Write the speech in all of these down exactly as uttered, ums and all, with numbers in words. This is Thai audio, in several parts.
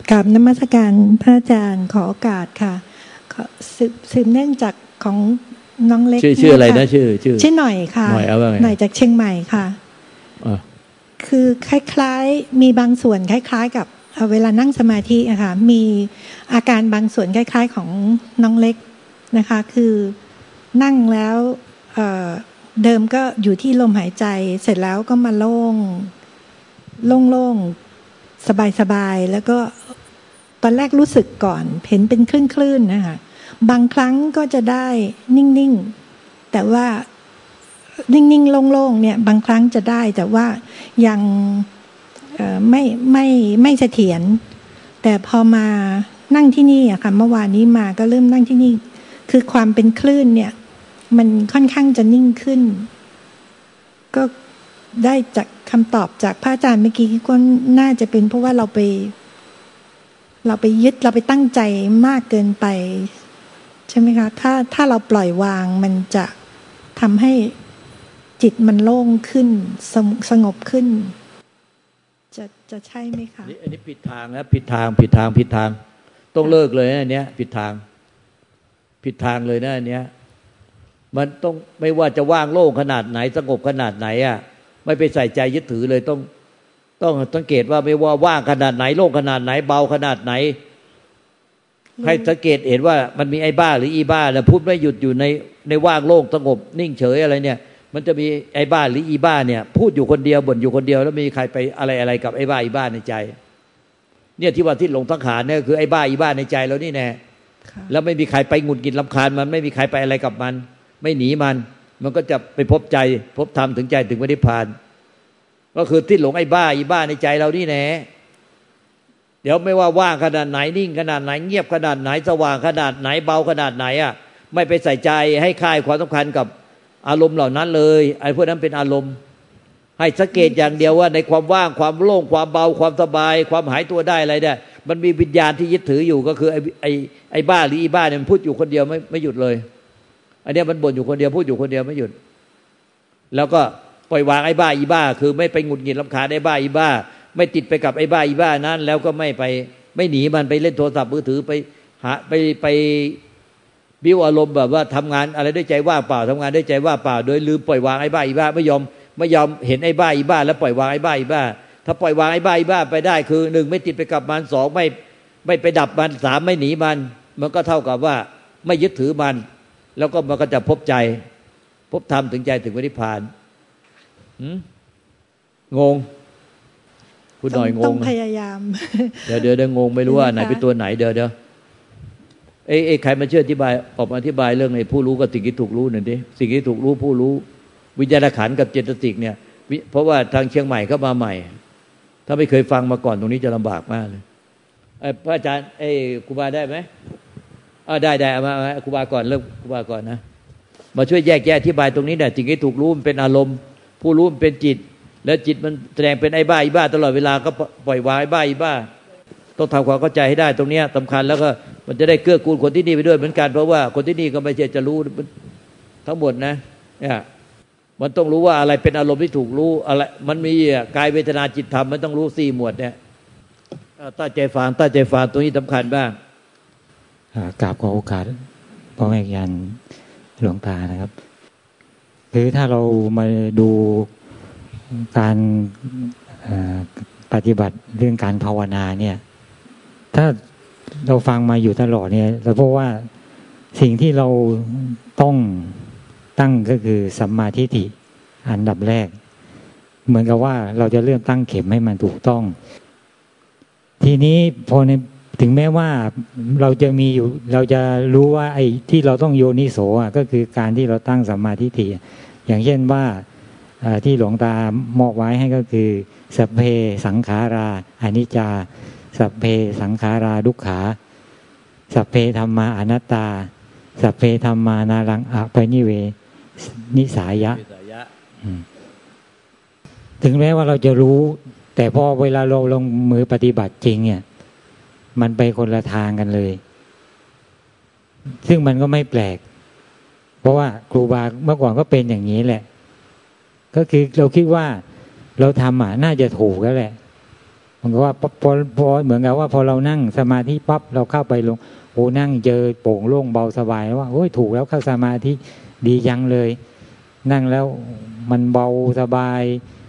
กราบนมัสการพระอาจารย์ขอโอกาสค่ะสืบสืบเนื่องจากของน้องเล็กชื่อชื่ออะไรนะชื่อชื่อชื่อหน่อยค่ะหน่อยเอาว่าไงหน่อยจากเชียงใหม่ค่ะคือคล้ายๆมีบางส่วนคล้ายๆกับเวลานั่งสมาธิอะค่ะมีอาการบางส่วนคล้ายๆของน้องเล็กนะคะคือนั่งแล้วเเดิมก็อยู่ที่ลมหายใจเสร็จแล้วก็มาโล่งโล่งๆสบายๆแล้วก็ตอนแรกรู้สึกก่อนเห็นเป็นคลื่นๆนะคะบางครั้งก็จะได้นิ่งๆแต่ว่านิ่งๆโล่งๆเนี่ยบางครั้งจะได้แต่ว่ายังไม่ไม่ไม่เสถียรแต่พอมานั่งที่นี่อะค่ะเมื่อวานนี้มาก็เริ่มนั่งที่นี่คือความเป็นคลื่นเนี่ยมันค่อนข้างจะนิ่งขึ้นก็ได้จากคำตอบจากพระอาจารย์เมื่อกี้ก็น่าจะเป็นเพราะว่าเราไปเราไปยึดเราไปตั้งใจมากเกินไปใช่ไหมคะถ้าถ้าเราปล่อยวางมันจะทำให้จิตมันโล่งขึ้นสงสงบขึ้นจะจะใช่ไหมคะอันนี้ผิดทางนะผิดทางผิดทางผิดทางต้องเลิกเลยนะอันเนี้ยผิดทางผิดทางเลยนะอันเนี้ยมันต้องไม่ว่าจะว่างโล่งขนาดไหนสงบขนาดไหนอ่ะไม่ไปใส่ใจยึดถือเลยต้องต้องสังเกตว่าไม่ว่าว่างขนาดไหนโล่งขนาดไหนเบาขนาดไหนให้สังเกตเห็นว่ามันมีไอ้บ้าหรืออีบ้าแล้วพูดไม่หยุดอยู่ในในว่างโล่งสงบนิ่งเฉยอะไรเนี่ยมันจะมีไอ้บ้าหรืออีบ้าเนี่ยพูดอยู่คนเดียวบ่นอยู่คนเดียวแล้วมีใครไปอะไรอะไรกับไอ้บ้าอีบ้าในใจเนี่ยที่ว่าที่หลงทั้งขานเนี่ยคือไอ้บ้าอีบ้าในใจเรานี่แน่แล้วไม่มีใครไปหงุดหงิดรำคาญมันไม่มีใครไปอะไรกับมันไม่หนีมันมันก็จะไปพบใจพบธรรมถึงใจถึงนิพพานก็คือที่หลงไอ้บ้าอีบ้าในใจเรานี่แน่เดี๋ยวไม่ว่าว่างขนาดไหนนิ่งขนาดไหนเงียบขนาดไหนสว่างขนาดไหนเบาขนาดไหนอ่ะไม่ไปใส่ใจให้ค่ายความสำคัญกับอารมณ์เหล่านั้นเลยไอ้พวกนั้นเป็นอารมณ์ให้สังเกตอย่างเดียวว่าในความว่างความโล่งความเบาความสบายความหายตัวได้อะไรเนี่ยมันมีวิญญาณที่ยึดถืออยู่ก็คือไอ้ไอ้ไอ้บ้าหรืออีบ้าเนี่ยมันพูดอยู่คนเดียวไม่ไม่หยุดเลยอันนี้มันบ่นอยู่คนเดียวพูดอยู่คนเดียวไม่หยุดแล้วก็ปล่อยวางไอ้บ้าอีบ้าคือไม่ไปหงุดหงิดรำคาญไอ้บ้าอีบ้าไม่ติดไปกับไอ้บ้าอีบ้านั้นแล้วก็ไม่ไปไม่หนีมันไปเล่นโทรศัพท์มือถือไปหาไปไปบิ้วอารมณ์แบบว่าทำงานอะไรด้วยใจว่างเปล่าทำงานด้วยใจว่างเปล่าโดยลืมปล่อยวางไอ้บ้าอีบ้าไม่ยอมไม่ยอมเห็นไอ้บ้าอีบ้าแล้วปล่อยวางไอ้บ้าอีบ้าถ้าปล่อยวางไอ้บ้าอีบ้าไปได้คือหนึ่งไม่ติดไปกับมันสองไม่ไม่ไปดับมันสามไม่หนีมันมันก็เท่ากับว่าไม่ยึดถือมันแล้วก็มันก็จะพบใจพบธรรมถึงใจถึงนิพพานงงคุณหน่อยงงต้องพยายามเดี๋ยวเดี๋ยวเดี๋ยวงงไม่รู้ว่าไหนเป็นตัวไหนเดี๋ยวเดี๋ยวเอ้ไอ้ใครมาช่วยอธิบายออกมาอธิบายเรื่องในผู้รู้กับสิ่งที่ถูกรู้หน่อยดิสิ่งที่ถูกรู้ผู้รู้วิญญาณขันธ์กับเจตสิกเนี่ยเพราะว่าทางเชียงใหม่เข้ามาใหม่ถ้าไม่เคยฟังมาก่อนตรงนี้จะลำบากมากเลยไอ้พระอาจารย์ไอ้ครูบาได้ไหมอ่าได้ได้มาครูบาก่อนเริ่มครูบาก่อนนะมาช่วยแยกแยะอธิบายตรงนี้หน่อยสิ่งที่ถูกรู้มันเป็นอารมณ์ผู้รู้มันเป็นจิตแล้วจิตมันแสดงเป็นไอ้บ้าอีบ้าตลอดเวลาก็ปล่อยวางไอ้บ้าอีบ้าต้องทำความเข้าใจให้ได้ตรงนี้สำคัญแล้วก็มันจะได้เกื้อกูลคนที่นี่ไปด้วยเหมือนกันเพราะว่าคนที่นี่ก็ไม่ใช่จะรู้ทั้งหมดนะเนี่ยมันต้องรู้ว่าอะไรเป็นอารมณ์ที่ถูกรู้อะไรมันมีกายเวทนาจิตธรรมมันต้องรู้สี่หมวดเนี่ยตั้งใจฟังตั้งใจฟังตรงนี้สำคัญบ้างกราบขอโอกาสพ่อแม่ยันหลวงตานะครับคือถ้าเรามาดูการปฏิบัติเรื่องการภาวนาเนี่ยถ้าเราฟังมาอยู่ตลอดเนี่ยเราพบว่าสิ่งที่เราต้องตั้งก็คือสัมมาทิฏฐิอันดับแรกเหมือนกับว่าเราจะเริ่มตั้งเข็มให้มันถูกต้องทีนี้พอในถึงแม้ว่าเราจะมีอยู่เราจะรู้ว่าไอ้ที่เราต้องโยนิโสอ่ะก็คือการที่เราตั้งสัมมาทิฏฐิอย่างเช่นว่าที่หลวงตามอบไว้ให้ก็คือสัพเพสังขาราอนิจจาสัพเพสังขาราทุกขาสัพเพธัมมาอนัตตาสัพเพธัมมานารังอปนิเวนิสายะถึงแม้ว่าเราจะรู้แต่พอเวลาเราลงมือปฏิบัติจริงเนี่ยมันไปคนละทางกันเลยซึ่งมันก็ไม่แปลกเพราะว่าครูบาเมื่อก่อนก็เป็นอย่างนี้แหละก็คือเราคิดว่าเราทำอ่ะน่าจะถูกแล้วแหละมันก็ว่าพอพอเหมือนกับว่าพอเรานั่งสมาธิปั๊บเราเข้าไปลงโอ้นั่งเจอโปร่งโล่งเบาสบายว่าโอ้ยถูกแล้วเข้าสมาธิดียังเลยนั่งแล้วมันเบาสบาย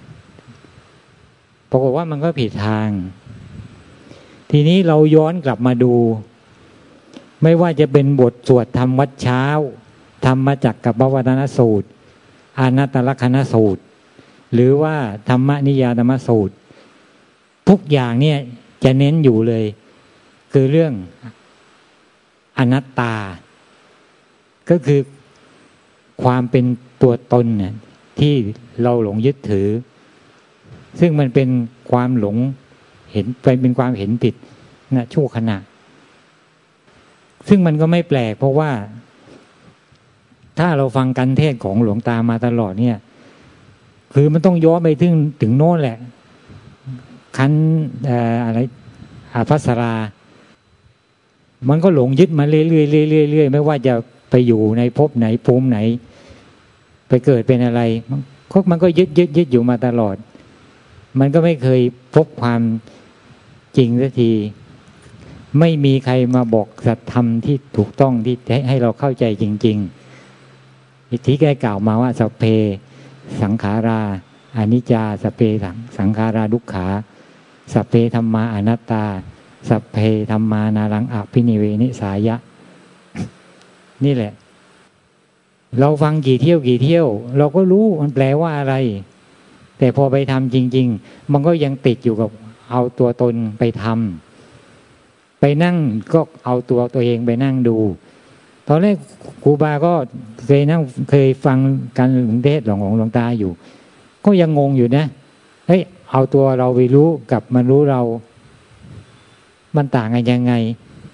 ปรากฏว่ามันก็ผิดทางทีนี้เราย้อนกลับมาดูไม่ว่าจะเป็นบทสวดธรรมวัดเช้าธรรมจักรกับวัฒนสูตรอนัตตลักขณสูตรหรือว่าธรรมนิยาธรรมสูตรทุกอย่างเนี่ยจะเน้นอยู่เลยคือเรื่องอนัตตาก็คือความเป็นตัวตนเนี่ยที่เราหลงยึดถือซึ่งมันเป็นความหลงเห็นเป็นความเห็นผิดนะชั่วขณะซึ่งมันก็ไม่แปลกเพราะว่าถ้าเราฟังการเทศน์ของหลวงตามาตลอดเนี่ยคือมันต้องย้อนไปถึงถึงโน่นแหละคันเอ่ออะไรอาภัสรามันก็หลงยึดมาเรื่อยๆเรื่อยๆเรื่อยๆไม่ว่าจะไปอยู่ในภพไหนภูมิไหนไปเกิดเป็นอะไรมันมันก็ยึดยึดยึดอยู่มาตลอดมันก็ไม่เคยพบความจริงสักทีไม่มีใครมาบอกสัจธรรมที่ถูกต้องที่ให้เราเข้าใจจริงๆที่แกกล่าวมาว่าสัพเพสังขาราอนิจจาสัพเพสังขาราทุกขาสัพเพธัมมาอนัตตาสัพเพธัมมานารังอภินิเวนิสายะนี่แหละเราฟังกี่เที่ยวกี่เที่ยวเราก็รู้มันแปลว่าอะไรแต่พอไปทำจริงๆมันก็ยังติดอยู่กับเอาตัวตนไปทำไปนั่งก็เอาตัวตัวเองไปนั่งดูตอนแรกครูบาก็เคยนั่งเคยฟังการเทศน์ของหลวงตาอยู่ก็ยังงงอยู่นะเฮ้ยเอาตัวเราไปรู้กับมันรู้เรามันต่างกันยังไง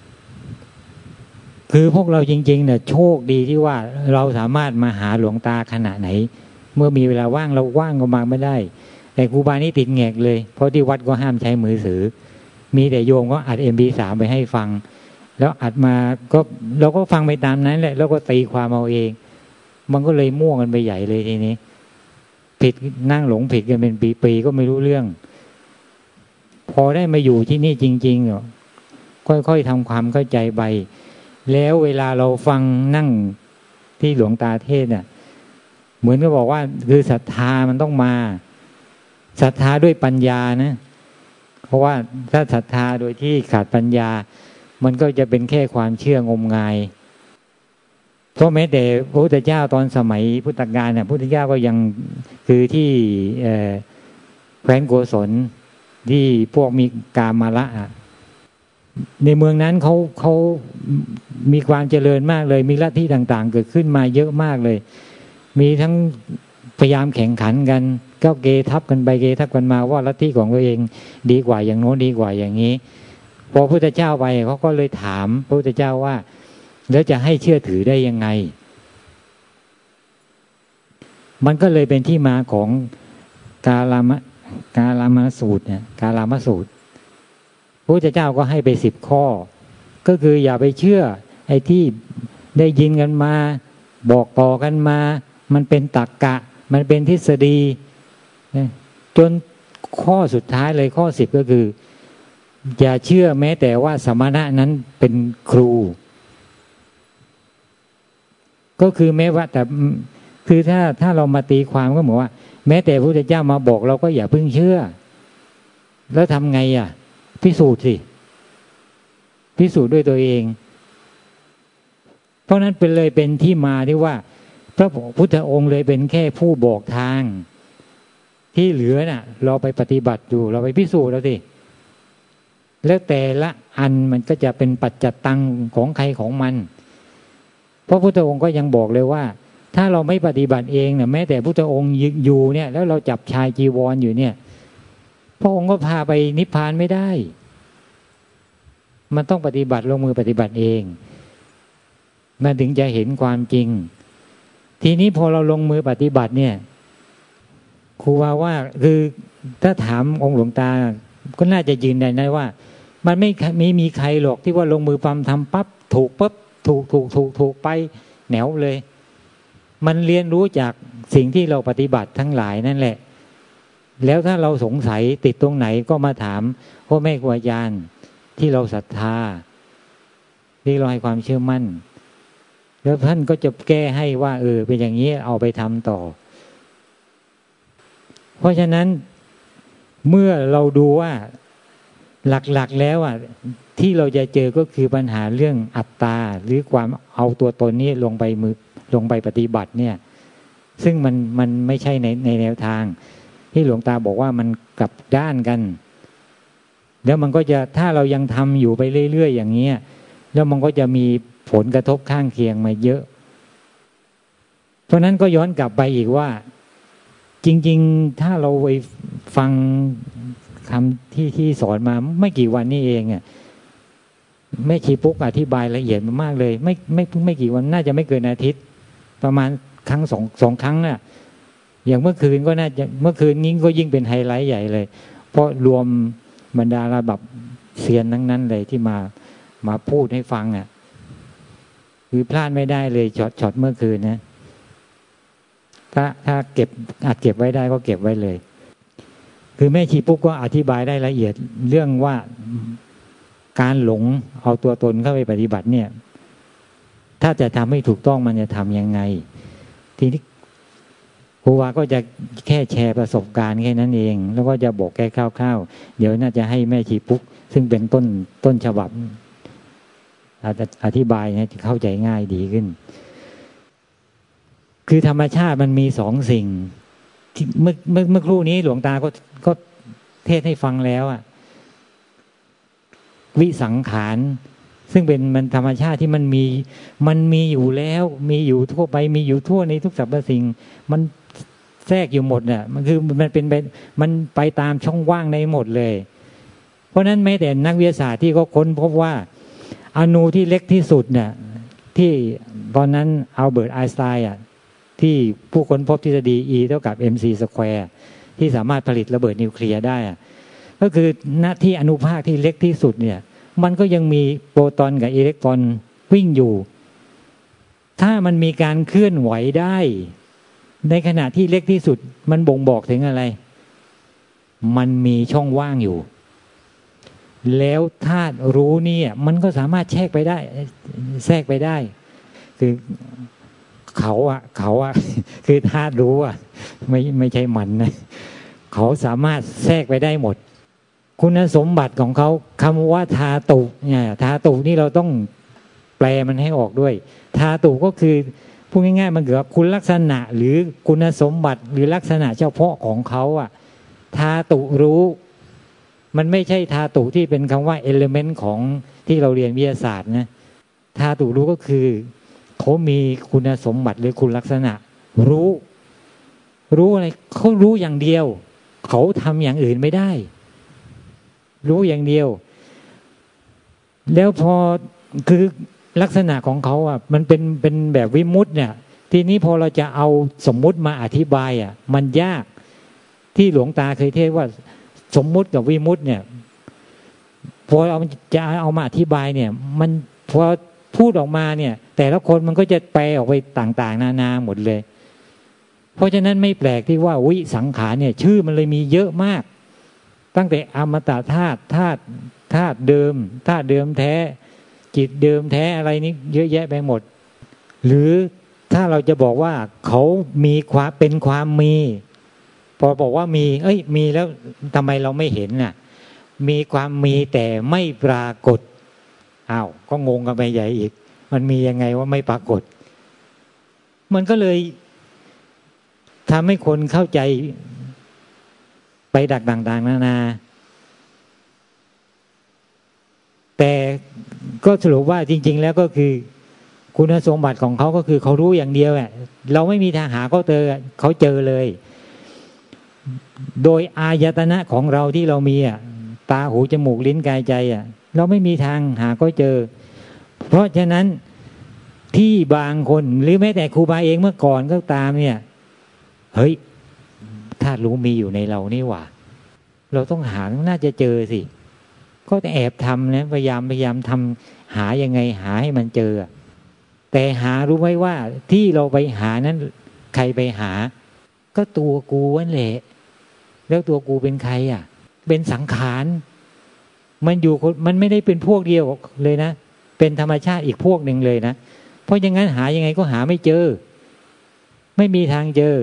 คือพวกเราจริงๆเนี่ยโชคดีที่ว่าเราสามารถมาหาหลวงตาขณะไหนเมื่อมีเวลาว่างเราว่างก็มาไม่ได้แต่ครูบานี่ติดแงกเลยเพราะที่วัดก็ห้ามใช้มือถือมีแต่โยมก็อัด เอ็ม พี สาม ไปให้ฟังแล้วอัดมาก็เราก็ฟังไปตามนั้นแหละแล้วก็ตีความเอาเองมันก็เลยมั่วกันไปใหญ่เลยทีนี้ผิดนั่งหลงผิดกันเป็นปีๆก็ไม่รู้เรื่องพอได้มาอยู่ที่นี่จริงๆเนาะค่อยๆทำความเข้าใจไปแล้วเวลาเราฟังนั่งที่หลวงตาเทศเนี่ยเหมือนก็บอกว่าคือศรัทธามันต้องมาศรัทธาด้วยปัญญานะเพราะว่าถ้าศรัทธาโดยที่ขาดปัญญามันก็จะเป็นแค่ความเชื่องมงายเพราะแม้แต่พระพุทธเจ้าตอนสมัยพุทธกาลเนี่ยพระพุทธเจ้าก็ยังคือที่แคว้นโกศลที่พวกมีกามละในเมืองนั้นเขาเขามีความเจริญมากเลยมีลัทธิต่างๆเกิดขึ้นมาเยอะมากเลยมีทั้งพยายามแข่งขันกันก็เกทับกันไปเกทับกันมาว่าลัทธิของตัวเองดีกว่าอย่างโน้นดีกว่าอย่างนี้พอพระพุทธเจ้าไปเขาก็เลยถามพระพุทธเจ้าว่าแล้วจะให้เชื่อถือได้ยังไงมันก็เลยเป็นที่มาของกาลามะกาลามสูตรเนี่ยกาลามสูตรพระพุทธเจ้าก็ให้ไปสิบข้อก็คืออย่าไปเชื่อไอ้ที่ได้ยินกันมาบอกต่อกันมามันเป็นตรรกะมันเป็นทฤษฎีจนข้อสุดท้ายเลยข้อสิบก็คืออย่าเชื่อแม้แต่ว่าสมณะนั้นเป็นครูก็คือแม้ว่าแต่คือถ้าถ้าเรามาตีความก็เหมือนว่าแม้แต่พระพุทธเจ้ามาบอกเราก็อย่าเพิ่งเชื่อแล้วทำไงอ่ะพิสูจน์สิพิสูจน์ด้วยตัวเองเพราะนั้นเป็นเลยเป็นที่มาที่ว่าพระพุทธองค์เลยเป็นแค่ผู้บอกทางที่เหลือน่ะเราไปปฏิบัติอยู่เราไปพิสูจน์แล้วสิแล้วแต่ละอันมันก็จะเป็นปัจจัตตังของใครของมันพระพุทธองค์ก็ยังบอกเลยว่าถ้าเราไม่ปฏิบัติเองเนี่ยแม้แต่พุทธองค์อยู่เนี่ยแล้วเราจับชายจีวรอยู่เนี่ยพระองค์ก็พาไปนิพพานไม่ได้มันต้องปฏิบัติลงมือปฏิบัติเองมันถึงจะเห็นความจริงทีนี้พอเราลงมือปฏิบัติเนี่ยครูว่าว่าคือถ้าถามองค์หลวงตาก็น่าจะยืนยันได้ว่ามันไม่ไม่มีใครหรอกที่ว่าลงมือปั๊มทำปั๊บถูกปั๊บถูกถูกถูกถูกไปแนวเลยมันเรียนรู้จากสิ่งที่เราปฏิบัติทั้งหลายนั่นแหละแล้วถ้าเราสงสัยติดตรงไหนก็มาถามพ่อแม่ครูอาจารย์ที่เราศรัทธาที่เราให้ความเชื่อมั่นแล้วท่านก็จะแก้ให้ว่าเออเป็นอย่างนี้เอาไปทำต่อเพราะฉะนั้นเมื่อเราดูว่าหลักๆแล้วอ่ะที่เราจะเจอก็คือปัญหาเรื่องอัตตาหรือความเอาตัวตนนี้ลงไปมือลงไปปฏิบัติเนี่ยซึ่งมันมันไม่ใช่ในในแนวทางที่หลวงตาบอกว่ามันกลับด้านกันแล้วมันก็จะถ้าเรายังทำอยู่ไปเรื่อยๆอย่างนี้แล้วมันก็จะมีผลกระทบข้างเคียงมาเยอะเพราะนั้นก็ย้อนกลับไปอีกว่าจริงๆถ้าเราไปฟังคำที่ที่สอนมาไม่กี่วันนี้เองอ่ะแม่ชีปุ๊กอธิบายละเอียดมากเลยไม่ไม่ไม่กี่วันน่าจะไม่เกินอาทิตย์ประมาณครั้งสองสองครั้งน่ะอย่างเมื่อคืนก็น่าจะเมื่อคืนนี้ก็ยิ่งเป็นไฮไลท์ใหญ่เลยเพราะรวมบรรดาระดับเซียนทั้งนั้นเลยที่มามาพูดให้ฟังอ่ะคือพลาดไม่ได้เลยช็อตช็อตเมื่อคืนนะถ้าถ้าเก็บอาจเก็บไว้ได้ก็เก็บไว้เลยคือแม่ชีปุ๊กก็อธิบายได้ละเอียดเรื่องว่าการหลงเอาตัวตนเข้าไปปฏิบัติเนี่ยถ้าจะทำให้ถูกต้องมันจะทำยังไงทีนี้ครูวาก็จะแค่แชร์ประสบการณ์แค่นั้นเองแล้วก็จะบอกแค่คร่าวๆเดี๋ยวน่าจะให้แม่ชีปุ๊กซึ่งเป็นต้นต้นฉบับอธิบายนะจะเข้าใจง่ายดีขึ้นคือธรรมชาติมันมีสองสิ่งที่เมื่อเมื่อเมื่อครู่นี้หลวงตาก็ก็เทศให้ฟังแล้วอ่ะวิสังขารซึ่งเป็นมันธรรมชาติที่มันมีมันมีอยู่แล้วมีอยู่ทั่วไปมีอยู่ทั่วในทุกสรรพสิ่งมันแทรกอยู่หมดเนี่ยมันคือมันเป็นไปมันไปตามช่องว่างในหมดเลยเพราะนั้นแม้แต่นักวิทยาศาสตร์ที่เขาค้นพบว่าอนูที่เล็กที่สุดเนี่ยที่ตอนนั้นอัลเบิร์ตไอน์สไตน์อ่ะที่ผู้ค้นพบทฤษฎี E เท่ากับ เอ็ม ซี สแควร์ ที่สามารถผลิตระเบิดนิวเคลียร์ได้อ่ะก็คือณที่อนุภาคที่เล็กที่สุดเนี่ยมันก็ยังมีโปรตอนกับอิเล็กตรอนวิ่งอยู่ถ้ามันมีการเคลื่อนไหวได้ในขณะที่เล็กที่สุดมันบ่งบอกถึงอะไรมันมีช่องว่างอยู่แล้วธาตุรู้เนี่ยมันก็สามารถแทรกไปได้แทรกไปได้คือเขาอะเขาอะคือธาตุรู้อะไม่ไม่ใช่มันนะเขาสามารถแทรกไปได้หมดคุณสมบัติของเขาคำว่าธาตุเนี่ยธาตุนี่เราต้องแปลมันให้ออกด้วยธาตุก็คือพูดง่ายๆมันเกี่ยวกับคุณลักษณะหรือคุณสมบัติหรือลักษณะเฉพาะของเขาอะธาตุรู้มันไม่ใช่ธาตุที่เป็นคำว่าเอลิเมนต์ของที่เราเรียนวิทยาศาสตร์นะธาตุรู้ก็คือเขามีคุณสมบัติหรือคุณลักษณะรู้รู้อะไรเขารู้อย่างเดียวเขาทำอย่างอื่นไม่ได้รู้อย่างเดียวแล้วพอคือลักษณะของเขาอ่ะมันเป็นเป็นแบบวิมุตติเนี่ยทีนี้พอเราจะเอาสมมุติมาอธิบายอ่ะมันยากที่หลวงตาเคยเทศว่าสมมุติกับวิมุตติเนี่ยพอเอาจะเอามาอธิบายเนี่ยมันพอพูดออกมาเนี่ยแต่ละคนมันก็จะแปลออกไปต่างๆนานาหมดเลยเพราะฉะนั้นไม่แปลกที่ว่าวิสังขารเนี่ยชื่อมันเลยมีเยอะมากตั้งแต่อมตะธาตุธาตุธาตุเดิมธาตุเดิมแท้จิตเดิมแท้อะไรนี้เยอะแยะไปหมดหรือถ้าเราจะบอกว่าเขามีความเป็นความมีพอบอกว่ามีเอ้ยมีแล้วทำไมเราไม่เห็นน่ะมีความมีแต่ไม่ปรากฏอ้าวก็งงกันไปใหญ่อีกมันมียังไงว่าไม่ปรากฏมันก็เลยทำให้คนเข้าใจไปดักต่างๆนานาแต่ก็สรุปว่าจริงๆแล้วก็คือคุณสมบัติของเขาก็คือเขารู้อย่างเดียวอ่ะเราไม่มีทางหาเขาเจอเขาเจอเลยโดยอายตนะของเราที่เรามีอ่ะตาหูจมูกลิ้นกายใจอ่ะเราไม่มีทางหาเขาเจอเพราะฉะนั้นที่บางคนหรือแม้แต่ครูบาเองเมื่อก่อนก็ตามเนี่ยเฮ้ยธาตุรู้มีอยู่ในเรานี่หว่าเราต้องหาน่าจะเจอสิก็แอบทำนะพยายามพยายามทำหายังไงหาให้มันเจอแต่หารู้ไหมว่าที่เราไปหานั้นใครไปหาก็ตัวกูนั่นแหละแล้วตัวกูเป็นใครอ่ะเป็นสังขารมันอยู่มันไม่ได้เป็นพวกเดียวเลยนะเป็นธรรมชาติอีกพวกหนึ่งเลยนะเพราะอย่างนั้นหายังไงก็หาไม่เจอไม่มีทางเจอ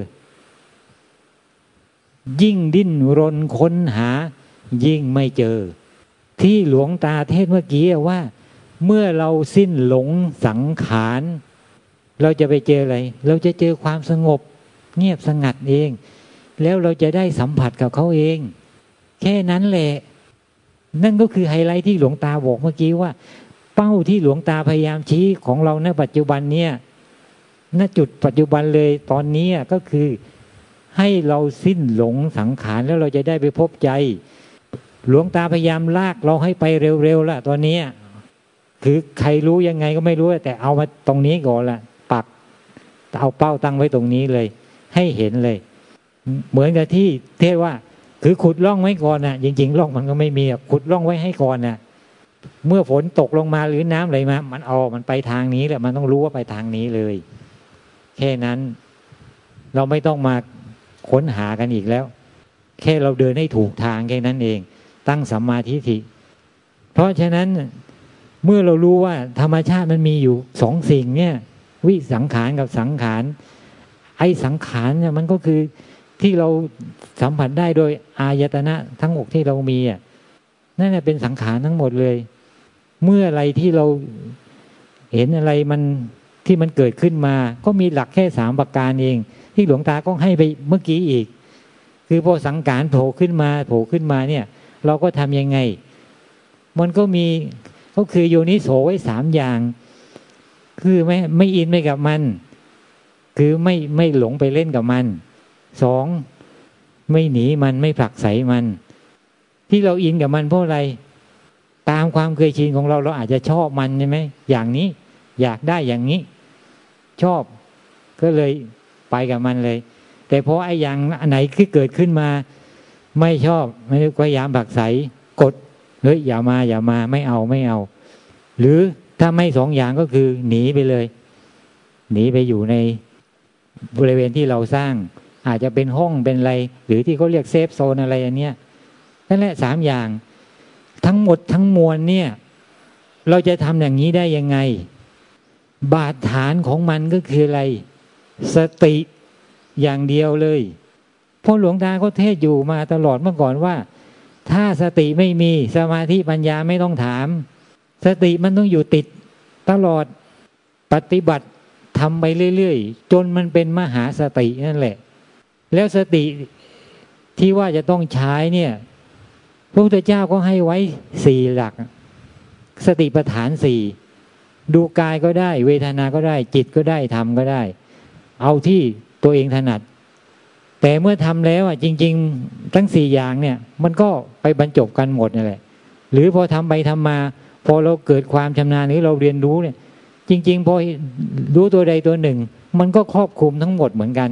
ยิ่งดิ้นรนค้นหายิ่งไม่เจอที่หลวงตาเทศเมื่อกี้ว่าเมื่อเราสิ้นหลงสังขารเราจะไปเจออะไรเราจะเจอความสงบเงียบสงัดเองแล้วเราจะได้สัมผัสกับเขาเองแค่นั้นแหละนั่นก็คือไฮไลท์ที่หลวงตาบอกเมื่อกี้ว่าเป้าที่หลวงตาพยายามชี้ของเราณปัจจุบันเนี่ยณจุดปัจจุบันเลยตอนนี้ก็คือให้เราสิ้นหลงสังขารแล้วเราจะได้ไปพบใจหลวงตาพยายามลากเราให้ไปเร็วๆละตอนนี้คือใครรู้ยังไงก็ไม่รู้แต่เอามาตรงนี้ก่อนละปักเอาเป้าตั้งไว้ตรงนี้เลยให้เห็นเลยเหมือนกับที่เทศว่าคือขุดร่องไว้ก่อนน่ะจริงๆร่องมันก็ไม่มีขุดร่องไว้ให้ก่อนน่ะเมื่อฝนตกลงมาหรือน้ำไหลมามันเอามันไปทางนี้แหละมันต้องรู้ว่าไปทางนี้เลยแค่นั้นเราไม่ต้องมาค้นหากันอีกแล้วแค่เราเดินให้ถูกทางแค่นั้นเองตั้งสัมมาทิฏฐิเพราะฉะนั้นเมื่อเรารู้ว่าธรรมชาติมันมีอยู่สองสิ่งเนี่ยวิสังขารกับสังขารไอ้สังขารเนี่ยมันก็คือที่เราสัมผัสได้โดยอายตนะทั้งหกที่เรามีอ่ะนั่นแหละเป็นสังขารทั้งหมดเลยเมื่ออะไรที่เราเห็นอะไรมันที่มันเกิดขึ้นมาก็มีหลักแค่สามประการเองที่หลวงตาก็ให้ไปเมื่อกี้อีกคือพอสังขารโผล่ขึ้นมาโผล่ขึ้นมาเนี่ยเราก็ทำยังไงมันก็มีก็คือโยนิโสไว้สามอย่างคือไม่ไม่อินไปกับมันคือไม่ไม่หลงไปเล่นกับมันสองไม่หนีมันไม่ผลักไสมันที่เราอินกับมันเพราะอะไรตามความเคยชินของเราเราอาจจะชอบมันใช่ไหมอย่างนี้อยากได้อย่างนี้ชอบก็เลยไปกับมันเลยแต่พอไอ้อย่างอันไหนที่เกิดขึ้นมาไม่ชอบไม่พยายามผลักไสกดเฮ้ยอย่ามาอย่ามาไม่เอาไม่เอาหรือถ้าไม่สองอย่างก็คือหนีไปเลยหนีไปอยู่ในบริเวณที่เราสร้างอาจจะเป็นห้องเป็นอะไรหรือที่เขาเรียกเซฟโซนอะไรอย่างเนี้ยนั่นแหละสามอย่างทั้งหมดทั้งมวลเนี่ยเราจะทำอย่างนี้ได้ยังไงบาดฐานของมันก็คืออะไรสติอย่างเดียวเลยเพราะหลวงตาก็เทศอยู่มาตลอดเมื่อก่อนว่าถ้าสติไม่มีสมาธิปัญญาไม่ต้องถามสติมันต้องอยู่ติดตลอดปฏิบัติทำไปเรื่อยๆจนมันเป็นมหาสตินั่นแหละแล้วสติที่ว่าจะต้องใช้เนี่ยพระพุทธเจ้าก็ให้ไว้สี่หลักสติปัฏฐานสี่ดูกายก็ได้เวทนาก็ได้จิตก็ได้ธรรมก็ได้เอาที่ตัวเองถนัดแต่เมื่อทำแล้วอ่ะจริงๆทั้งสี่อย่างเนี่ยมันก็ไปบรรจบกันหมดนั่นแหละหรือพอทำไปทำมาพอเราเกิดความชำนาญหรือเราเรียนรู้เนี่ยจริงๆพอรู้ตัวใดตัวหนึ่งมันก็ครอบคลุมทั้งหมดเหมือนกัน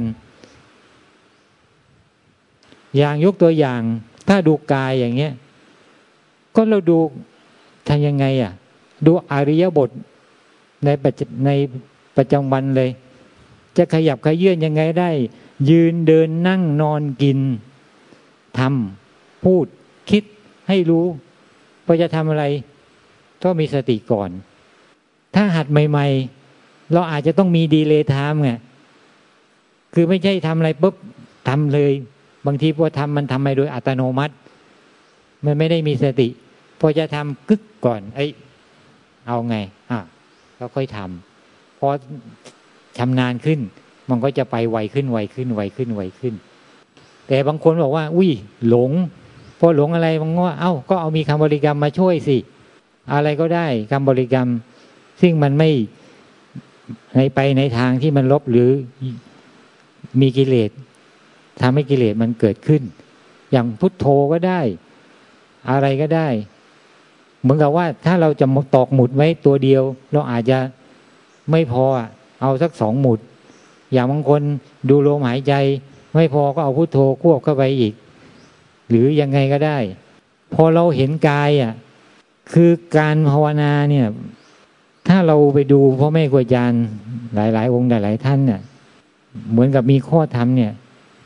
อย่างยกตัวอย่างถ้าดูกายอย่างเงี้ยก็เราดูทำยังไงอ่ะดูอริยบทในปัจในประจำวันเลยจะขยับขยื่นยังไงได้ยืนเดินนั่งนอนกินทำพูดคิดให้รู้พอจะทำอะไรต้องมีสติก่อนถ้าหัดใหม่ๆเราอาจจะต้องมีดีเลย์ไทม์ไงคือไม่ใช่ทำอะไรปุ๊บทำเลยบางทีพอทำมันทำไปโดยอัตโนมัติมันไม่ได้มีสติพอจะทำกึกก่อนไอ้เอาไงอ่ะแล้วค่อยทำพอชำนาญขึ้นมันก็จะไปไวขึ้นไวขึ้นไวขึ้นไวขึ้นแต่บางคนบอกว่าอุ้ยหลงพอหลงอะไรบางว่าเอ้าก็เอามีคำบริกรรมมาช่วยสิอะไรก็ได้คำบริกรรมซึ่งมันไม่ในไปในทางที่มันลบหรือมีกิเลสทำให้กิเลสมันเกิดขึ้นอย่างพุทโธก็ได้อะไรก็ได้เหมือนกับว่าถ้าเราจะตอกหมุดไว้ตัวเดียวเราอาจจะไม่พอเอาสักสองหมุดอย่างบางคนดูลมหายใจไม่พอก็เอาพุทโธควบเข้าไปอีกหรือยังไงก็ได้พอเราเห็นกายอ่ะคือการภาวนาเนี่ยถ้าเราไปดูพ่อแม่ครูอาจารย์หลายๆองค์หลายๆท่านเนี่ยเหมือนกับมีข้อธรรมเนี่ย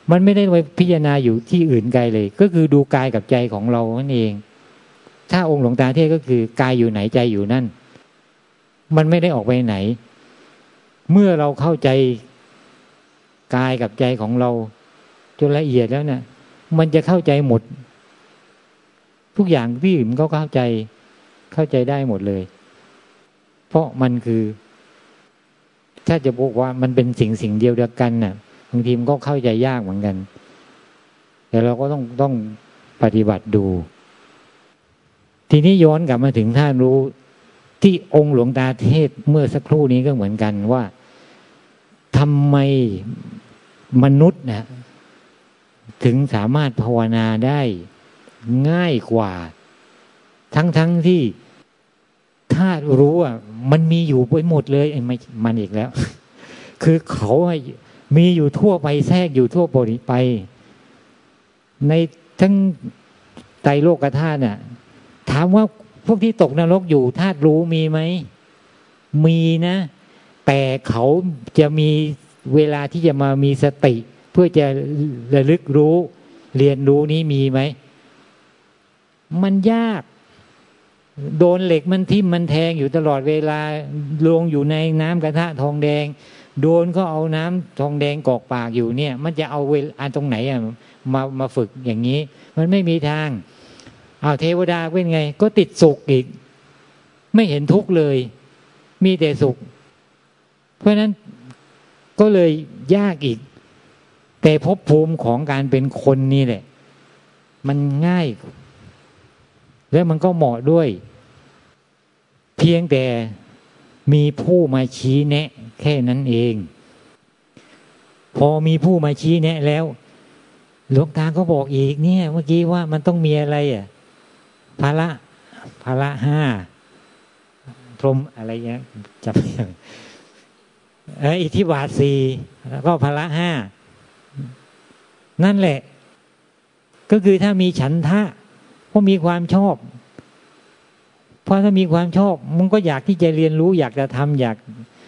มันไม่ได้ไปพิจารณาอยู่ที่อื่นไกลเลยก็คือดูกายกับใจของเรานั่นเองถ้าองค์หลวงตาเทศก็คือกายอยู่ไหนใจอยู่นั่นมันไม่ได้ออกไปไหนเมื่อเราเข้าใจกายกับใจของเราจนละเอียดแล้วเนี่ยมันจะเข้าใจหมดทุกอย่างที่อื่นก็เข้าใจเข้าใจได้หมดเลยเพราะมันคือถ้าจะบอกว่ามันเป็นสิ่งสิ่งเดียวเดียวกันน่ะบางทีมันก็เข้าใจยากเหมือนกันแต่เราก็ต้องต้องปฏิบัติดูทีนี้ย้อนกลับมาถึงท่านรู้ที่องค์หลวงตาเทศเมื่อสักครู่นี้ก็เหมือนกันว่าทำไมมนุษย์นะถึงสามารถภาวนาได้ง่ายกว่าทั้งๆ ท, ที่ถ้ารู้อ่ะมันมีอยู่ไปหมดเลยไอ้ไม่มันอีกแล้ว คือเขามีอยู่ทั่วไปแทรกอยู่ทั่วไปในทั้งไตรโลกธาตุน่ะถามว่าพวกที่ตกนรกอยู่ธาตุรู้มีไหมมีนะแต่เขาจะมีเวลาที่จะมามีสติเพื่อจะระลึกรู้เรียนรู้นี้มีไหมมันยากโดนเหล็กมันทิ่มมันแทงอยู่ตลอดเวลาลงอยู่ในน้ำกระทะทองแดงโดนก็เอาน้ำทองแดงกอกปากอยู่เนี่ยมันจะเอาเวลาตรงไหนอ่ะมามาฝึกอย่างนี้มันไม่มีทางเอาเทวดาเป็นไงก็ติดสุขอีกไม่เห็นทุกข์เลยมีแต่สุขเพราะนั้นก็เลยยากอีกแต่ภพภูมิของการเป็นคนนี่แหละมันง่ายและมันก็เหมาะด้วยเพียงแต่มีผู้มาชี้แนะแค่นั้นเองพอมีผู้มาชี้แนะแล้วหลวงตาก็บอกอีกเนี่ยเมื่อกี้ว่ามันต้องมีอะไรอ่ะภาระภาระห้าพรหมอะไรเงี้ยจับเอออิทธิบาทสี่แล้วก็ภาระห้านั่นแหละก็คือถ้ามีฉันทะก็มีความชอบเพราะถ้ามีความชอบมันก็อยากที่จะเรียนรู้อยากจะทำอยาก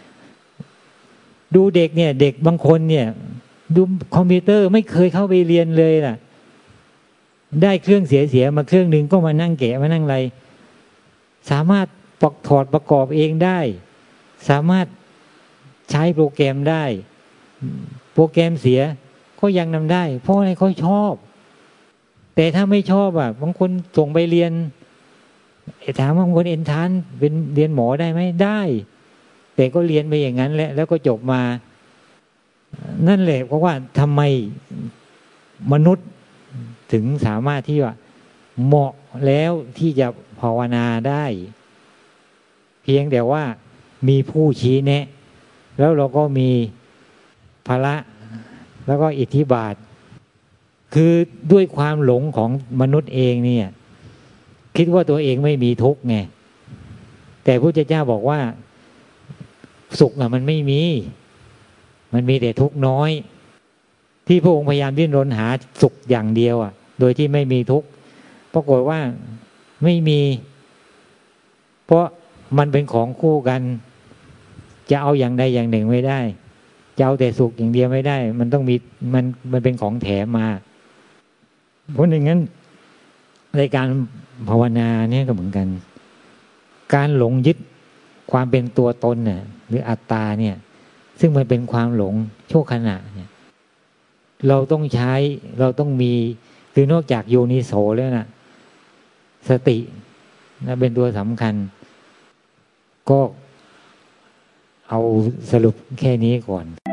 ดูเด็กเนี่ยเด็กบางคนเนี่ยดูคอมพิวเตอร์ไม่เคยเข้าไปเรียนเลยล่ะได้เครื่องเสียๆมาเครื่องนึงก็มานั่งแกะมานั่งอะไรสามารถปอกถอดประกอบเองได้สามารถใช้โปรแกรมได้โปรแกรมเสียก็ยังนำได้เพราะอะไรเขาชอบแต่ถ้าไม่ชอบอ่ะบางคนส่งไปเรียนถามว่าบางคนเอ็นทรานซ์เป็นเรียนหมอได้ไหมได้แต่ก็เรียนไปอย่างนั้นแหละแล้วก็จบมานั่นแหละเพราะว่าทำไมมนุษย์ถึงสามารถที่ว่าเหมาะแล้วที่จะภาวนาได้เพียงแต่ว่ามีผู้ชี้แนะแล้วเราก็มีภาระแล้วก็อิทธิบาทคือด้วยความหลงของมนุษย์เองเนี่ยคิดว่าตัวเองไม่มีทุกข์ไงแต่พระพุทธเจ้าบอกว่าสุขอะมันไม่มีมันมีแต่ทุกข์น้อยที่พระองค์พยายามดิ้นรนหาสุขอย่างเดียวอ่ะโดยที่ไม่มีทุกข์ปรากฏว่าไม่มีเพราะมันเป็นของคู่กันจะเอาอย่างใดอย่างหนึ่งไม่ได้จะเอาแต่สุขอย่างเดียวไม่ได้มันต้องมีมันมันเป็นของแถมมาเพราะอย่างนั้นในการภาวนาเนี่ยก็เหมือนกันการหลงยึดความเป็นตัวตนเนี่ยหรืออัตตาเนี่ยซึ่งมันเป็นความหลงชั่วขณะเนี่ยเราต้องใช้เราต้องมีคือนอกจากโยนิโสแล้วนะสตินะเป็นตัวสำคัญก็เอาสรุปแค่นี้ก่อน